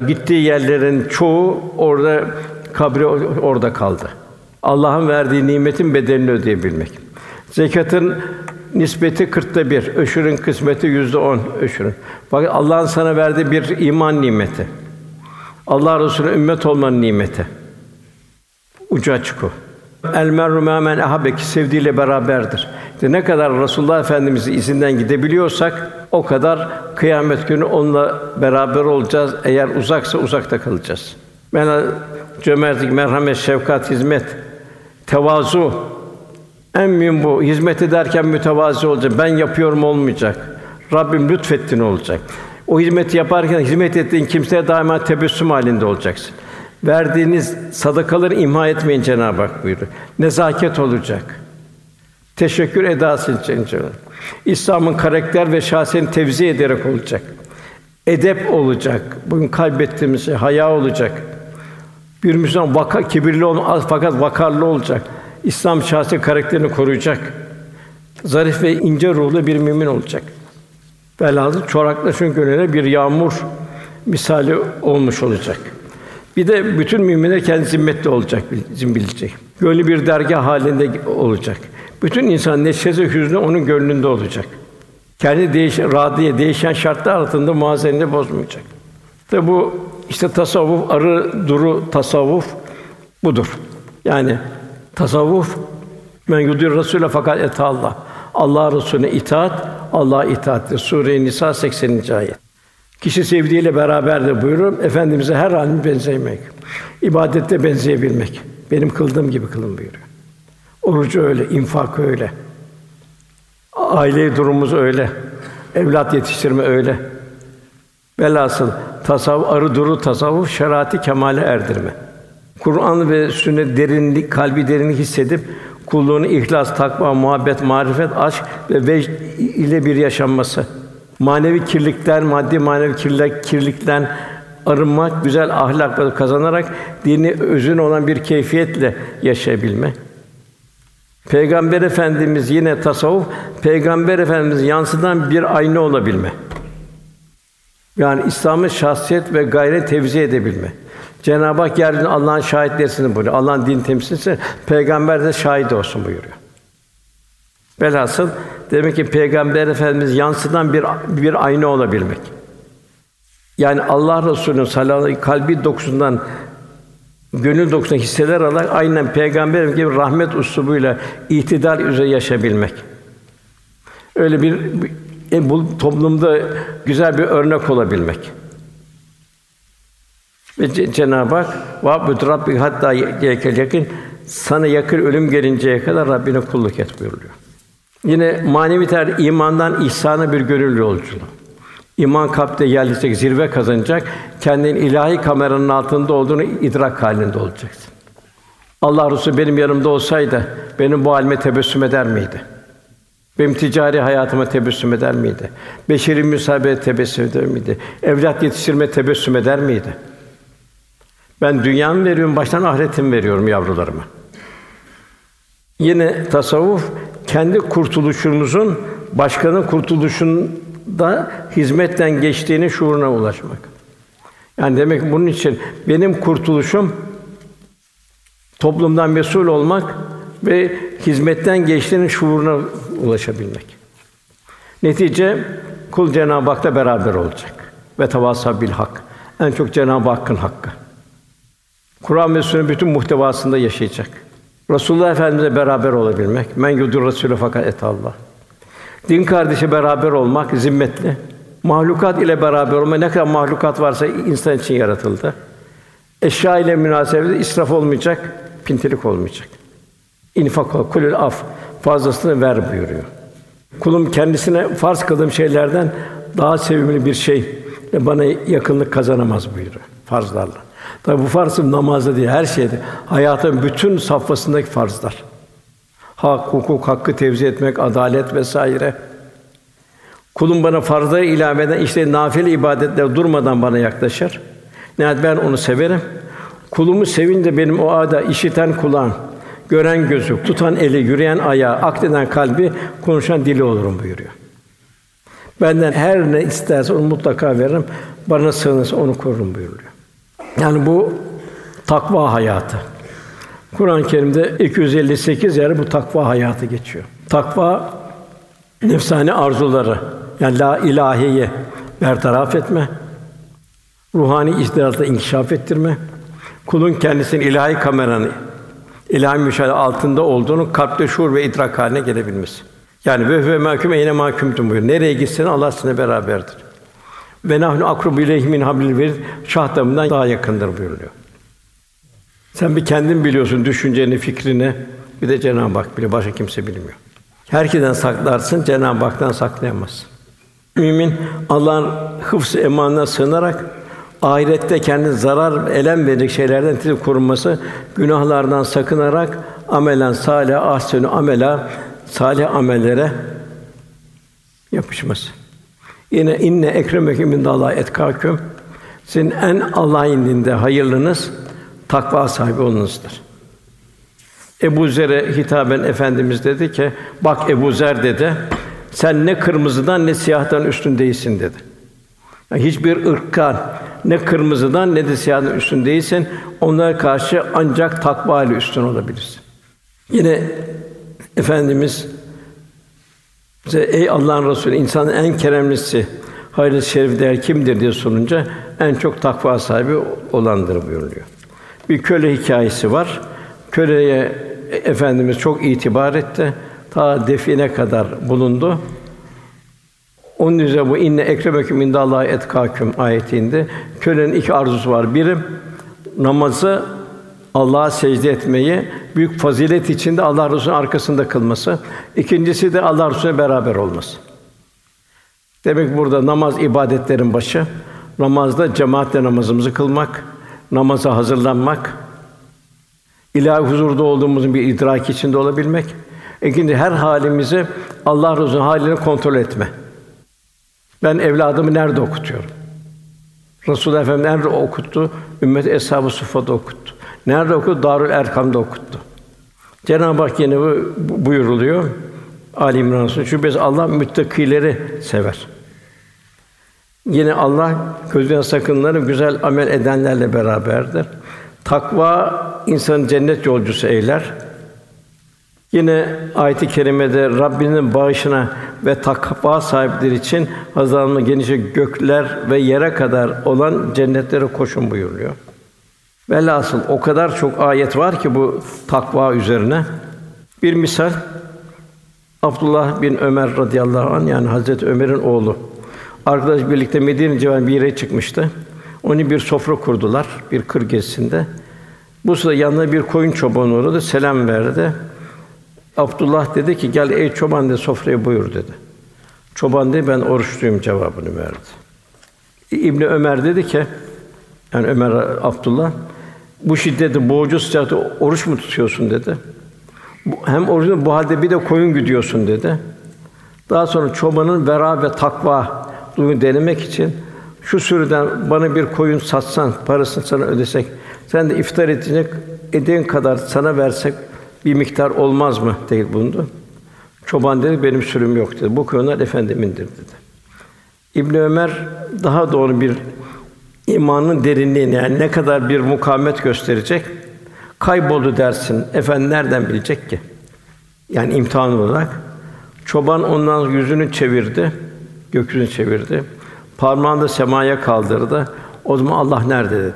Gittiği yerlerin çoğu orada, kabri orada kaldı. Allah'ın verdiği nimetin bedelini ödeyebilmek. Zekatın nispeti kırkta bir, öşürün kısmeti yüzde on öşürün. Bak Allah'ın sana verdiği bir iman nimeti. Allah Resulü'ne ümmet olmanın nimeti. Ucu açık o. El mer'u mâ men ahabbe, ki sevdiğiyle beraberdir. İşte ne kadar Resulullah Efendimiz'in izinden gidebiliyorsak o kadar kıyamet günü onunla beraber olacağız. Eğer uzaksa uzakta kalacağız. Ben cömertlik, merhamet, şefkat, hizmet, tevazu, en mühim bu. Hizmet ederken mütevazi olacak. Ben yapıyorum olmayacak. Rabbim lütfettin olacak. O hizmeti yaparken hizmet ettiğin kimseye daima tebessüm halinde olacaksın. Verdiğiniz sadakaları imha etmeyin Cenab-ı Hak buyuruyor. Nezaket olacak. Teşekkür edasın Cenab-ı Hak. İslam'ın karakter ve şahsiyetini tevzi ederek olacak. Edep olacak. Bugün kaybettiğimiz şey haya olacak. Bir Müslüman vaka kibirli olmaz fakat vakarlı olacak. İslam şahsiyet karakterini koruyacak. Zarif ve ince ruhlu bir mümin olacak. Velhâsıl çoraklaşın gönlüne bir yağmur misali olmuş olacak. Bir de bütün müminler kendi zimmetli olacak, bizim bilecek. Gönlü bir dergâh halinde olacak. Bütün insan neşesi, hüznü onun gönlünde olacak. Kendi değişen, radiye, değişen şartlar altında muvazenini bozmayacak. Tabi bu işte tasavvuf, arı duru tasavvuf budur. Yani tasavvuf men yudir Rasûle fakat eta Allah. Allah Resulüne itaat, Allah'a itaattir. Sûre-i Nisa sekseninci ayet. Kişi sevdiğiyle beraberdir buyuruyor. Efendimize her halini benzemek. İbadette benzeyebilmek. Benim kıldığım gibi kılın buyuruyor. Orucu öyle, infakı öyle. Aile durumumuz öyle. Evlat yetiştirme öyle. Velhasıl tasavvuf, arı duru tasavvuf, şeriatı kemale erdirme. Kur'an ve sünnet derinlik, kalbi derinlik hissedip kulluğunu ihlas, takva, muhabbet, marifet, aşk ve vecd ile bir yaşanması. Manevi kirlikten, maddi manevi kirlilik, kirlikten arınmak, güzel ahlakla kazanarak dini özün olan bir keyfiyetle yaşayabilme. Peygamber Efendimiz yine tasavvuf, Peygamber Efendimiz yansıdan bir ayna olabilme. Yani İslam'ın şahsiyet ve gayret tevzi edebilme. Cenab-ı Hak yeryüzünde Allah'ın şahitlerini buyuruyor. Allah'ın din temsilcisi, Peygamber de şahit olsun buyuruyor. Velhasıl demek ki Peygamber Efendimiz yansıdan bir bir ayna olabilmek. Yani Allah Resulü'nün sallallahu aleyhi ve sellem kalbi dokusundan, gönül dokusundan hisseler alarak aynen Peygamber gibi rahmet üslubuyla itidal üzere yaşayabilmek. Öyle bir, bir bu toplumda güzel bir örnek olabilmek. Ve Cenab-ı Hak "Va'bud Rabbike hattâ ye'tiyekal yakîn", sana yakın ölüm gelinceye kadar Rabbine kulluk et buyuruyor. Yine manevi ter imandan ihsana bir gönül yolculuğu. İman kalpte yerleşecek, zirve kazanacak, kendinin ilahi kameranın altında olduğunu idrak halinde olacaksın. Allah Resulü benim yanımda olsaydı benim bu halime tebessüm eder miydi? Benim ticari hayatıma tebessüm eder miydi? Beşeri müsabeye tebessüm eder miydi? Evlat yetiştirme tebessüm eder miydi? Ben dünyamı veriyorum, baştan ahiretimi veriyorum yavrularıma. Yine tasavvuf kendi kurtuluşumuzun başkanın kurtuluşunda hizmetten geçtiğini şuuruna ulaşmak. Yani demek ki bunun için benim kurtuluşum toplumdan mesul olmak ve hizmetten geçtiğinin şuuruna ulaşabilmek. Netice kul Cenab-ı Hak'la beraber olacak ve tevassa bil hak. En çok Cenab-ı Hakk'ın hakkı. Kur'an ve sünnet bütün muhtevasında yaşayacak. Resulullah Efendimizle beraber olabilmek. Men yudur Rasûle fakat et Allah. Din kardeşi beraber olmak zimmetli. Mahlukat ile beraber olmak, ne kadar mahlukat varsa insan için yaratıldı. Eşya ile münasebette israf olmayacak, pintilik olmayacak. İnfak ol, kulül af, fazlasını ver buyuruyor. Kulum kendisine farz kıldığım şeylerden daha sevimli bir şey ve bana yakınlık kazanamaz buyuruyor farzlarla. Tabi bu farz namazda değil, her şeyde. Hayatın bütün safhasındaki farzlar. Hak, hukuk, hakkı tevzi etmek, adalet vesaire. Kulum bana farzları ilave eden işte nafile ibadetler durmadan bana yaklaşır. Nihayet ben onu severim. Kulumu sevince benim o ada işiten kulağım, gören gözü, tutan eli, yürüyen ayağı, akleden kalbi, konuşan dili olurum buyuruyor. Benden her ne isterse onu mutlaka veririm. Bana sığınırsa onu korurum buyuruyor. Yani bu takva hayatı. Kur'an-ı Kerim'de iki yüz elli sekiz yer bu takva hayatı geçiyor. Takva nefsani arzuları, yani la ilahiye bertaraf etme, ruhani istidatı inkişaf ettirme, kulun kendisinin ilahi kameranı, ilahi müşahede altında olduğunu kalpte şuur ve idrak haline gelebilmesi. Yani ve ve mahkum eyne mahkumtum buyuruyor. Nereye gitsen Allah sizinle beraberdir. Ve nahnu akrubu ileyhi min hablil verid, şah damından daha yakındır buyuruyor. Sen bir kendin biliyorsun düşünceni, fikrini, bir de Cenab-ı Hak biliyor, başka kimse bilmiyor. Herkesten saklarsın, Cenab-ı Hak'tan saklayamazsın. Mümin Allah'ın hıfz-ı emanına sığınarak ahirette kendine zarar, elem verecek şeylerden titip korunması, günahlardan sakınarak amelen salih, ahsenü amela, salih amellere yapışması. Yine inne ekremekum indallahi etkâküm, sizin en Allah'ın indinde hayırlınız takva sahibi olunuzdur. Ebu Zer'e hitaben Efendimiz dedi ki, bak Ebu Zer dedi, sen ne kırmızıdan ne siyahtan üstün değilsin dedi. Yani hiçbir ırktan ne kırmızıdan ne de siyahtan üstün değilsin. Onlara karşı ancak takva ile üstün olabilirsin. Yine Efendimiz bize ey Allah'ın Resulü, insanın en keremlisi, hayırlı şerif değer kimdir diye sorunca en çok takva sahibi olandır buyuruyor. Bir köle hikâyesi var. Köleye Efendimiz çok itibar etti. Ta define kadar bulundu. Onun üzerine bu inne ekremeküm indallahi etkâküm ayetinde kölenin iki arzusu var. Biri namazı Allah'a secde etmeyi büyük fazilet içinde Allah Resulü'nün arkasında kılması. İkincisi de Allah Resulü'yle beraber olması. Demek burada namaz ibadetlerin başı. Namazda cemaatle namazımızı kılmak, namaza hazırlanmak, ilahi huzurda olduğumuzun bir idrak içinde olabilmek. İkinci her halimizi Allah Resulü'nün halini kontrol etme. Ben evladımı nerede okutuyorum? Resulullah Efendimiz nerede okuttu? Ümmet Eshab-ı Suffa'da okuttu. Nerede okuttu? Darül Erkam'da okuttu. Cenab-ı Hak yine bu buyuruluyor. Ali İmran Suresi. Şüphesiz Allah müttakileri sever. Yine Allah gözünden sakınanları güzel amel edenlerle beraberdir. Takva insanı cennet yolcusu eyler. Yine ayet-i kerimede Rabbinin bağışına ve takva sahipleri için hazırlanma genişe gökler ve yere kadar olan cennetlere koşun buyuruyor. Velhasıl o kadar çok ayet var ki bu takva üzerine. Bir misal Abdullah bin Ömer radıyallahu anh, yani Hazreti Ömer'in oğlu. Arkadaş birlikte Medine civarında bir yere çıkmıştı. Onu bir sofra kurdular bir kır gezisinde. Bu sırada yanına bir koyun çobanı uğradı, selam verdi. Abdullah dedi ki, gel ey çoban de sofraya buyur dedi. Çoban dedi, ben oruçluyum cevabını verdi. İbni Ömer dedi ki, yani Ömer Abdullah, bu şiddeti, boğucu sıcakta oruç mu tutuyorsun dedi. Hem orucunu bu halde bir de koyun güdüyorsun dedi. Daha sonra çobanın vera ve takva duygu denemek için şu sürüden bana bir koyun satsan, parasını sana ödesek, sen de iftar edecek edin kadar sana versek bir miktar olmaz mı diye bulundu. Çoban dedi, benim sürüm yok dedi. Bu koyunlar efendimindir dedi. İbn Ömer daha doğru bir imanın derinliğini, yani ne kadar bir mukavemet gösterecek, kayboldu dersin. Efendi nereden bilecek ki? Yani imtihan olarak. Çoban ondan yüzünü çevirdi, gökyüzünü çevirdi. Parmağını da semaya kaldırdı. O zaman Allah nerede dedi.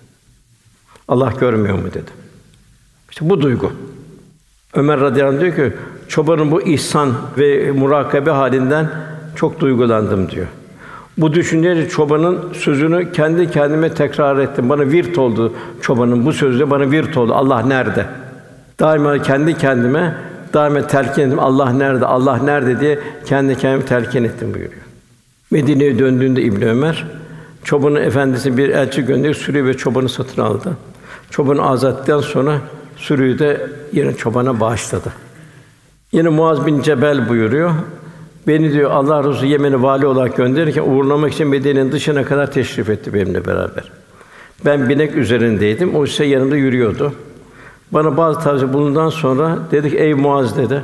Allah görmüyor mu dedi. İşte bu duygu. Ömer radıyallahu anh diyor ki, çobanın bu ihsan ve murakabe halinden çok duygulandım diyor. Bu düşünceyle çobanın sözünü kendi kendime tekrar ettim. Bana virt oldu çobanın bu sözü, bana virt oldu. Allah nerede? Daima kendi kendime daima telkin ettim. Allah nerede? Allah nerede diye kendi kendime telkin ettim buyuruyor. Medine'ye döndüğünde İbn Ömer çobanın efendisi bir elçi gönderdi, sürüyü ve çobanı satın aldı. Çobanı azattıktan sonra sürüyü de yine çobana bağışladı. Yine Muaz bin Cebel buyuruyor. Beni diyor Allah Resulü Yemen'e vali olarak gönderirken uğurlamak için Medine'nin dışına kadar teşrif etti benimle beraber. Ben binek üzerindeydim. O ise yanımda yürüyordu. Bana bazı tavsiye bulundan sonra dedi ki, ey Muaz dedi.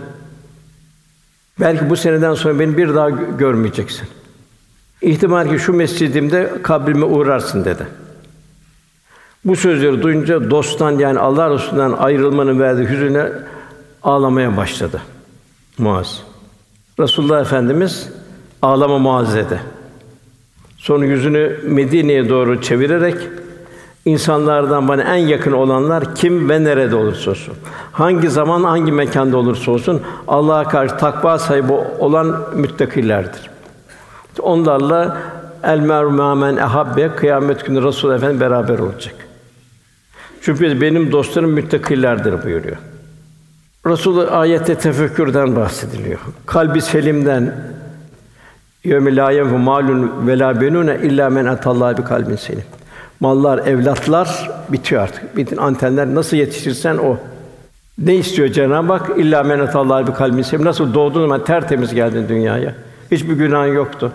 Belki bu seneden sonra beni bir daha görmeyeceksin. İhtimal ki şu mescidimde kabrime uğrarsın dedi. Bu sözleri duyunca dosttan yani Allah Resulü'nden ayrılmanın verdiği hüzüne ağlamaya başladı Muaz. Resulullah Efendimiz ağlama Muaz dedi. Sonra yüzünü Medine'ye doğru çevirerek insanlardan bana en yakın olanlar kim ve nerede olursa olsun, hangi zaman, hangi mekanda olursa olsun Allah'a karşı takva sahibi olan müttakilerdir. Onlarla el meru men ehabbe kıyamet günü Resulullah Efendimiz beraber olacak. Çünkü benim dostlarım müttakilerdir buyuruyor. Resulullah ayette tefekkürden bahsediliyor. Kalbi selimden yevme lâ yenfu mâlun ve lâ benûne illâ men atallâhe bi kalbin selim. Mallar, evlatlar bitiyor artık. Bütün antenler nasıl yetişirsen o. Ne istiyor Cenab-ı Hak? İllâ men atallâhe bi kalbin selim. Nasıl doğduğun zaman tertemiz geldin dünyaya. Hiçbir günahın yoktu.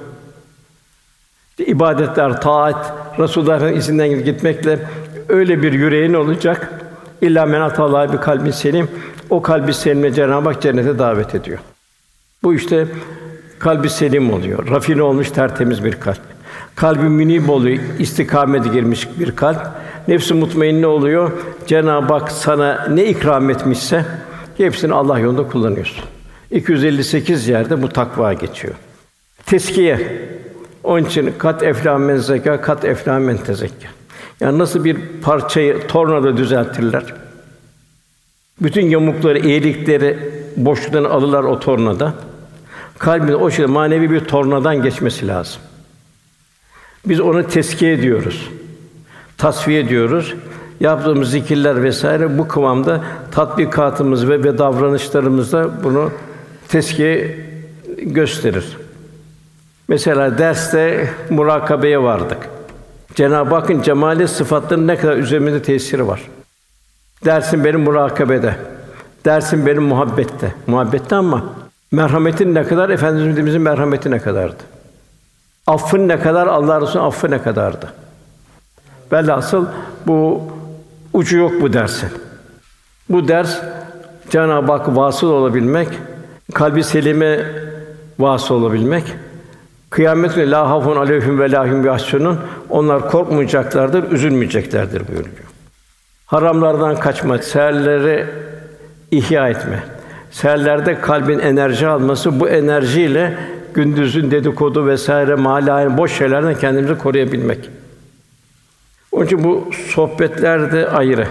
İşte ibadetler, taat, Resulullah Efendimiz'in izinden gitmekle öyle bir yüreğin olacak. İllâ men atallâhe bi kalbin selim. O kalbi selimle Cenab-ı Hak cennete davet ediyor. Bu işte kalbi selim oluyor. Rafine olmuş tertemiz bir kalp. Kalbi münib oluyor, istikamete girmiş bir kalp. Nefs-i mutmainne oluyor. Cenab-ı Hak sana ne ikram etmişse hepsini Allah yolunda kullanıyorsun. iki yüz elli sekiz yerde bu takva geçiyor. Teskiye. Onun için kat eflâ men zekâ, kat eflâ men tezekkâ. Yani nasıl bir parçayı tornada düzeltirler? Bütün yamukları, eğrilikleri boşluktan alırlar o tornada. Kalbin o şekilde manevi bir tornadan geçmesi lazım. Biz onu teskiye ediyoruz. Tasfiye ediyoruz. Yaptığımız zikirler vesaire bu kıvamda tatbikatımız ve, ve davranışlarımızda bunu teskiye gösterir. Mesela derste murakabeye vardık. Cenab-ı Hakk'ın cemali sıfatlarının ne kadar üzerimizde tesiri var. Dersin benim murakabede, dersin benim muhabbette. Muhabbette ama merhametin ne kadar, Efendimiz'in merhameti ne kadardı? Affın ne kadar, Allah Resulü'nün affı ne kadardı? Velhasıl bu ucu yok bu dersin. Bu ders Cenab-ı Hak vasıl olabilmek, kalbi selime vasıl olabilmek. Kıyamet günü la hafun aleyhim ve la hum yahzunun. Onlar korkmayacaklardır, üzülmeyeceklerdir buyuruyor. Haramlardan kaçmak, seherleri ihya etme. Seherlerde kalbin enerji alması, bu enerjiyle gündüzün dedikodu vesaire mâlâ boş şeylerden kendimizi koruyabilmek. Onun için bu sohbetler de ayrı.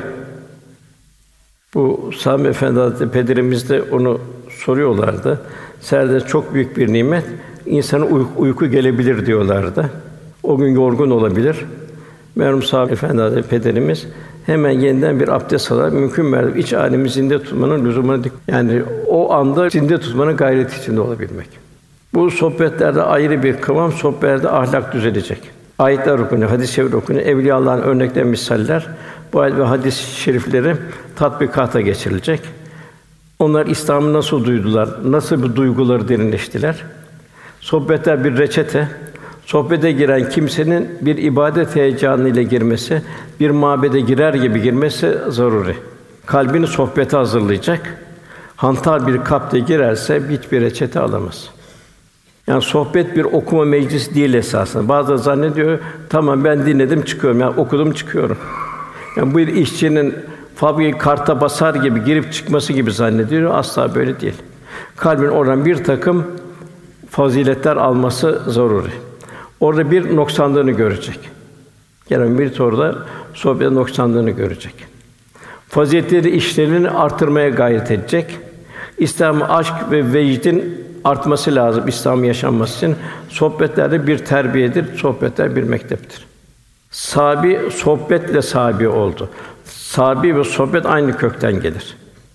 Bu Sami Efendi Hazretleri Pederimiz de onu soruyorlardı. Seherde çok büyük bir nimet, insana uyku, uyku gelebilir diyorlardı. O gün yorgun olabilir. Merhum Sami Efendi Hazretleri Pederimiz hemen yeniden bir abdest alarak mümkün mertebe iç âlemi zinde tutmanın lüzumuna dik- yani o anda zinde tutmanın gayreti içinde olabilmek. Bu sohbetlerde ayrı bir kıvam, sohbetlerde ahlak düzelecek. Ayetler okunuyor, hadis-i şerif okunuyor, evliyaullah'ın örnekler, misaller, bu ayet ve hadis-i şerifleri tatbikata geçirilecek. Onlar İslam'ı nasıl duydular, nasıl bu duyguları derinleştiler? Sohbetler bir reçete. Sohbete giren kimsenin bir ibadet heyecanı ile girmesi, bir mabede girer gibi girmesi zaruri. Kalbini sohbete hazırlayacak. Hantal bir kalple girerse hiçbir reçete alamaz. Yani sohbet bir okuma meclisi değil esasında. Bazıları zannediyor, tamam ben dinledim çıkıyorum, yani okudum çıkıyorum. Yani bu bir işçinin fabrikaya karta basar gibi girip çıkması gibi zannediyor. Asla böyle değil. Kalbin oradan bir takım faziletler alması zaruri. Orada bir noksanlığını görecek. Yani bir orada sohbetin noksanlığını görecek. Faziletleri, işlerini artırmaya gayret edecek. İslam'ı aşk ve vecdin artması lazım İslam'ın yaşanması için. Sohbetlerde bir terbiyedir, sohbetler bir mekteptir. Sahabi sohbetle sahabi oldu. Sahabi ve sohbet aynı kökten gelir.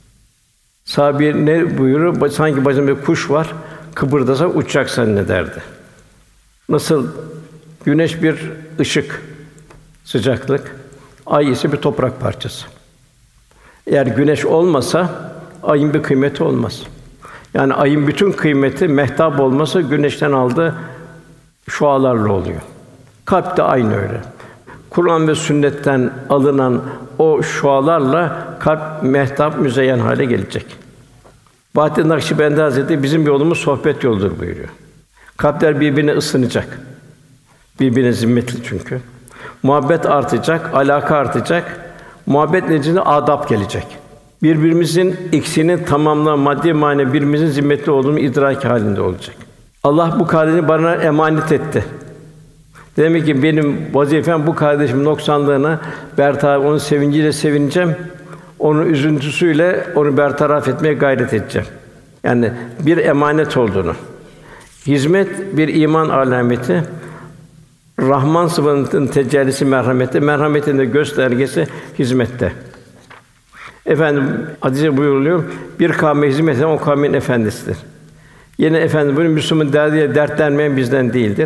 Sahabi ne buyurur? Sanki başında bir kuş var, kıpırdasa uçacak zannederdi. Nasıl güneş bir ışık, sıcaklık, ay ise bir toprak parçası. Eğer güneş olmasa ayın bir kıymeti olmaz. Yani ayın bütün kıymeti mehtap olmasa güneşten aldığı şualarla oluyor. Kalp de aynı öyle. Kur'an ve sünnetten alınan o şualarla kalp mehtap müzeyyen hale gelecek. Bahattin Nakşibendi Hazretleri bizim yolumuz sohbet yoludur buyuruyor. Kalpler birbirine ısınacak. Birbirine zimmetli çünkü. Muhabbet artacak, alaka artacak. Muhabbet neticesinde adab gelecek. Birbirimizin eksiğini tamamlayan maddi manevi birbirimizin zimmetli olduğunu idrak halinde olacak. Allah bu kardeşini bana emanet etti. Demek ki benim vazifem bu kardeşimin noksanlığına bertaraf, onun sevinciyle sevineceğim, onun üzüntüsüyle onu bertaraf etmeye gayret edeceğim. Yani bir emanet olduğunu. Hizmet bir iman alameti. Rahman sıfatının tecellisi merhamette, merhametin de göstergesi hizmette. Efendim hadis-i buyuruluyor, bir kavme hizmet eden o kavmin efendisidir. Yine efendim bunu Müslüman derdiyle dertlenmeyen bizden değildir.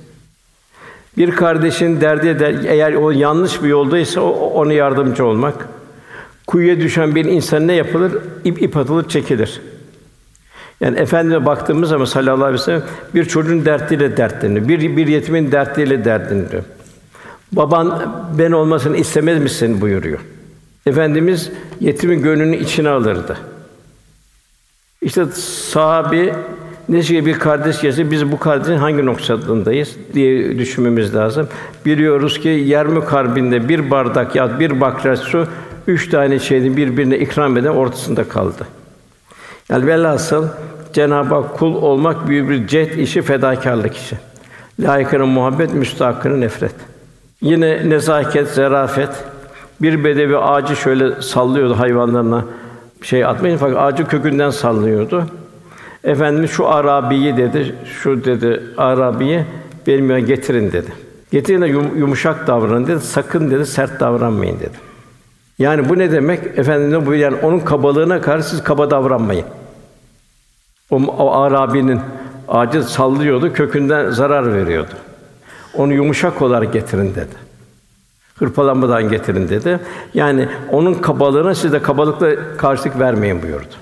Bir kardeşin derdiyle der, eğer o yanlış bir yoldaysa o, ona yardımcı olmak. Kuyuya düşen bir insan ne yapılır? İp ip atılır, çekilir. Yani Efendimiz'e baktığımız zaman sallallahu aleyhi ve sellem bir çocuğun derdiyle dertleniyor. Bir bir yetimin derdiyle dertleniyor. Baban ben olmasını istemez misin buyuruyor. Efendimiz yetimin gönlünü içine alırdı. İşte sahabi ne şey bir kardeş gelse biz bu kardeşin hangi noktasındayız diye düşünmemiz lazım. Biliyoruz ki Yermük Harbi'nde bir bardak ya bir bakraç su üç tane şeyin birbirine ikram eden ortasında kaldı. Yani velhasıl Cenab-ı Hak kul olmak büyük bir cehd işi, fedakârlık işi. Layıkına muhabbet, müstahakına nefret. Yine nezaket, zarafet. Bir bedevi ağacı şöyle sallıyordu hayvanlarına şey atmayın fakat ağacı kökünden sallıyordu. Efendimiz şu Arabiyi dedi, şu dedi Arabiyi benim yanıma getirin dedi. Getirin de yumuşak davranın dedi. Sakın dedi sert davranmayın dedi. Yani bu ne demek? Efendimiz bu yani onun kabalığına karşı siz kaba davranmayın. O, o Arabinin ağacı sallıyordu, kökünden zarar veriyordu. Onu yumuşak olarak getirin dedi. Hırpalanmadan getirin dedi. Yani onun kabalığına siz de kabalıkla karşılık vermeyin buyurdu.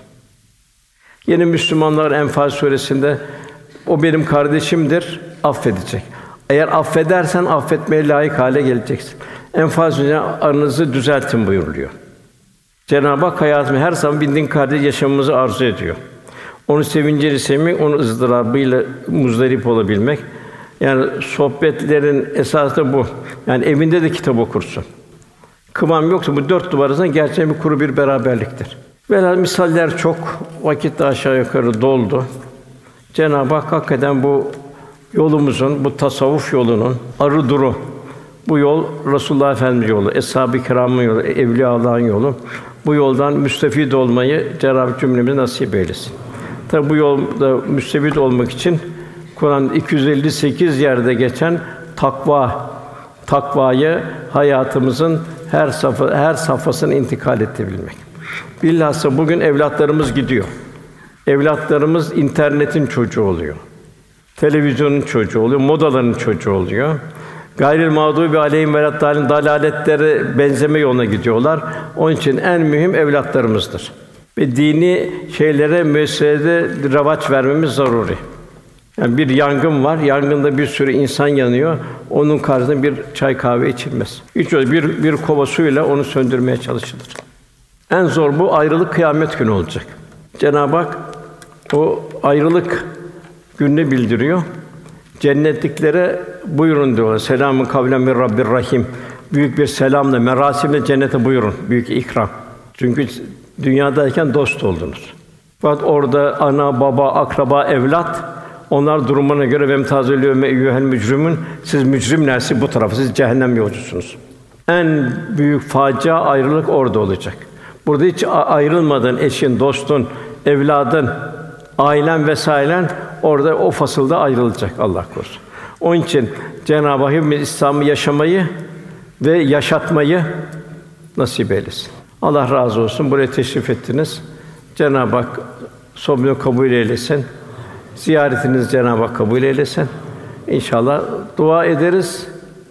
Yine Müslümanlar Enfal suresinde o benim kardeşimdir, affedecek. Eğer affedersen affetmeye layık hale geleceksin. Enfal suresinde aranızı düzeltin buyuruluyor. Cenab-ı Hak hayatımı her zaman bildiğin kardeş yaşamımızı arzu ediyor. Onu sevinciyle sevmek, onun ızdırabıyla muzdarip olabilmek. Yani sohbetlerin esası da bu. Yani evinde de kitap okursun. Kıvam yoksa bu dört duvar arasında gerçekten bir kuru bir beraberliktir. Velhâsıl misaller çok, vakit de aşağı yukarı doldu. Cenab-ı Hak hakikaten bu yolumuzun, bu tasavvuf yolunun arı duru, bu yol Resulullah Efendimiz yolu, Eshab-ı Kirâm'ın yolu, Evliyaullah'ın yolu. Bu yoldan müstefid olmayı Cenab-ı Hak cümlemize nasip eylesin. Tabi bu yolda müstefid olmak için Kur'an iki yüz elli sekiz yerde geçen takva, takvayı hayatımızın her safha, her safhasına intikal ettirebilmek. Bilhassa bugün evlatlarımız gidiyor. Evlatlarımız internetin çocuğu oluyor. Televizyonun çocuğu oluyor, modaların çocuğu oluyor. Gayril mağdûbi aleyhim ve leddâlin dalaletlere benzeme yoluna gidiyorlar. Onun için en mühim evlatlarımızdır. Ve dini şeylere, müesseselere revaç vermemiz zaruri. Yani bir yangın var, yangında bir sürü insan yanıyor. Onun karşısında bir çay kahve içilmez. Hiç öyle bir bir kova suyla onu söndürmeye çalışılır. En zor bu ayrılık kıyamet günü olacak. Cenab-ı Hak o ayrılık gününü bildiriyor. Cennetliklere buyurun diyor. Selamun kavlen min Rabbir Rahim. Büyük bir selamla, merasimle cennete buyurun. Büyük ikram. Çünkü dünyadayken dost oldunuz. Fakat orada ana, baba, akraba, evlat onlar durumuna göre vemtazilü me eyyuhel mücrimun siz mücrimlersiz bu tarafa siz cehennem yolcusunuz. En büyük facia ayrılık orada olacak. Burada hiç ayrılmadan eşin, dostun, evladın, ailen vesairen orada o fasılda ayrılacak Allah korusun. Onun için Cenab-ı Hak hepimiz İslam'ı yaşamayı ve yaşatmayı nasip eylesin. Allah razı olsun. Buraya teşrif ettiniz. Cenab-ı Hak sohbetini kabul eylesin. Ziyaretinizi Cenab-ı Hak kabul eylesin. İnşallah dua ederiz.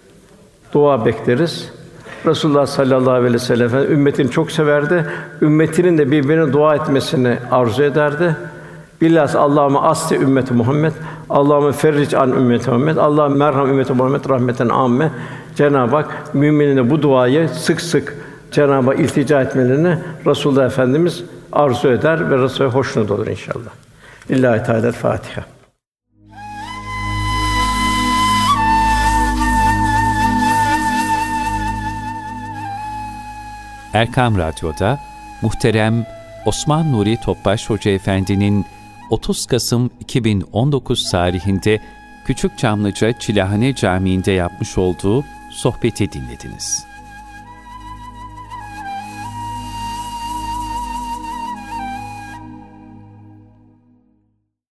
Dua bekleriz. Resulullah sallallahu aleyhi ve sellem ümmetini çok severdi. Ümmetinin de birbirine dua etmesini arzu ederdi. Bilhassa Allahümme asli ümmeti Muhammed, Allahümme ferric an ümmeti Muhammed, Allahümme merham ümmeti Muhammed rahmeten âmme. Cenab-ı Hak müminine bu duayı sık sık Cenab-ı Hak iltica etmelerini Resulullah Efendimiz arzu eder ve Resulü hoşnut olur inşallah. Lillahi Teala Fatiha. Erkam Radyo'da muhterem Osman Nuri Topbaş Hoca Efendi'nin otuz Kasım iki bin on dokuz tarihinde Küçükçamlıca Çilahane Camii'nde yapmış olduğu sohbeti dinlediniz.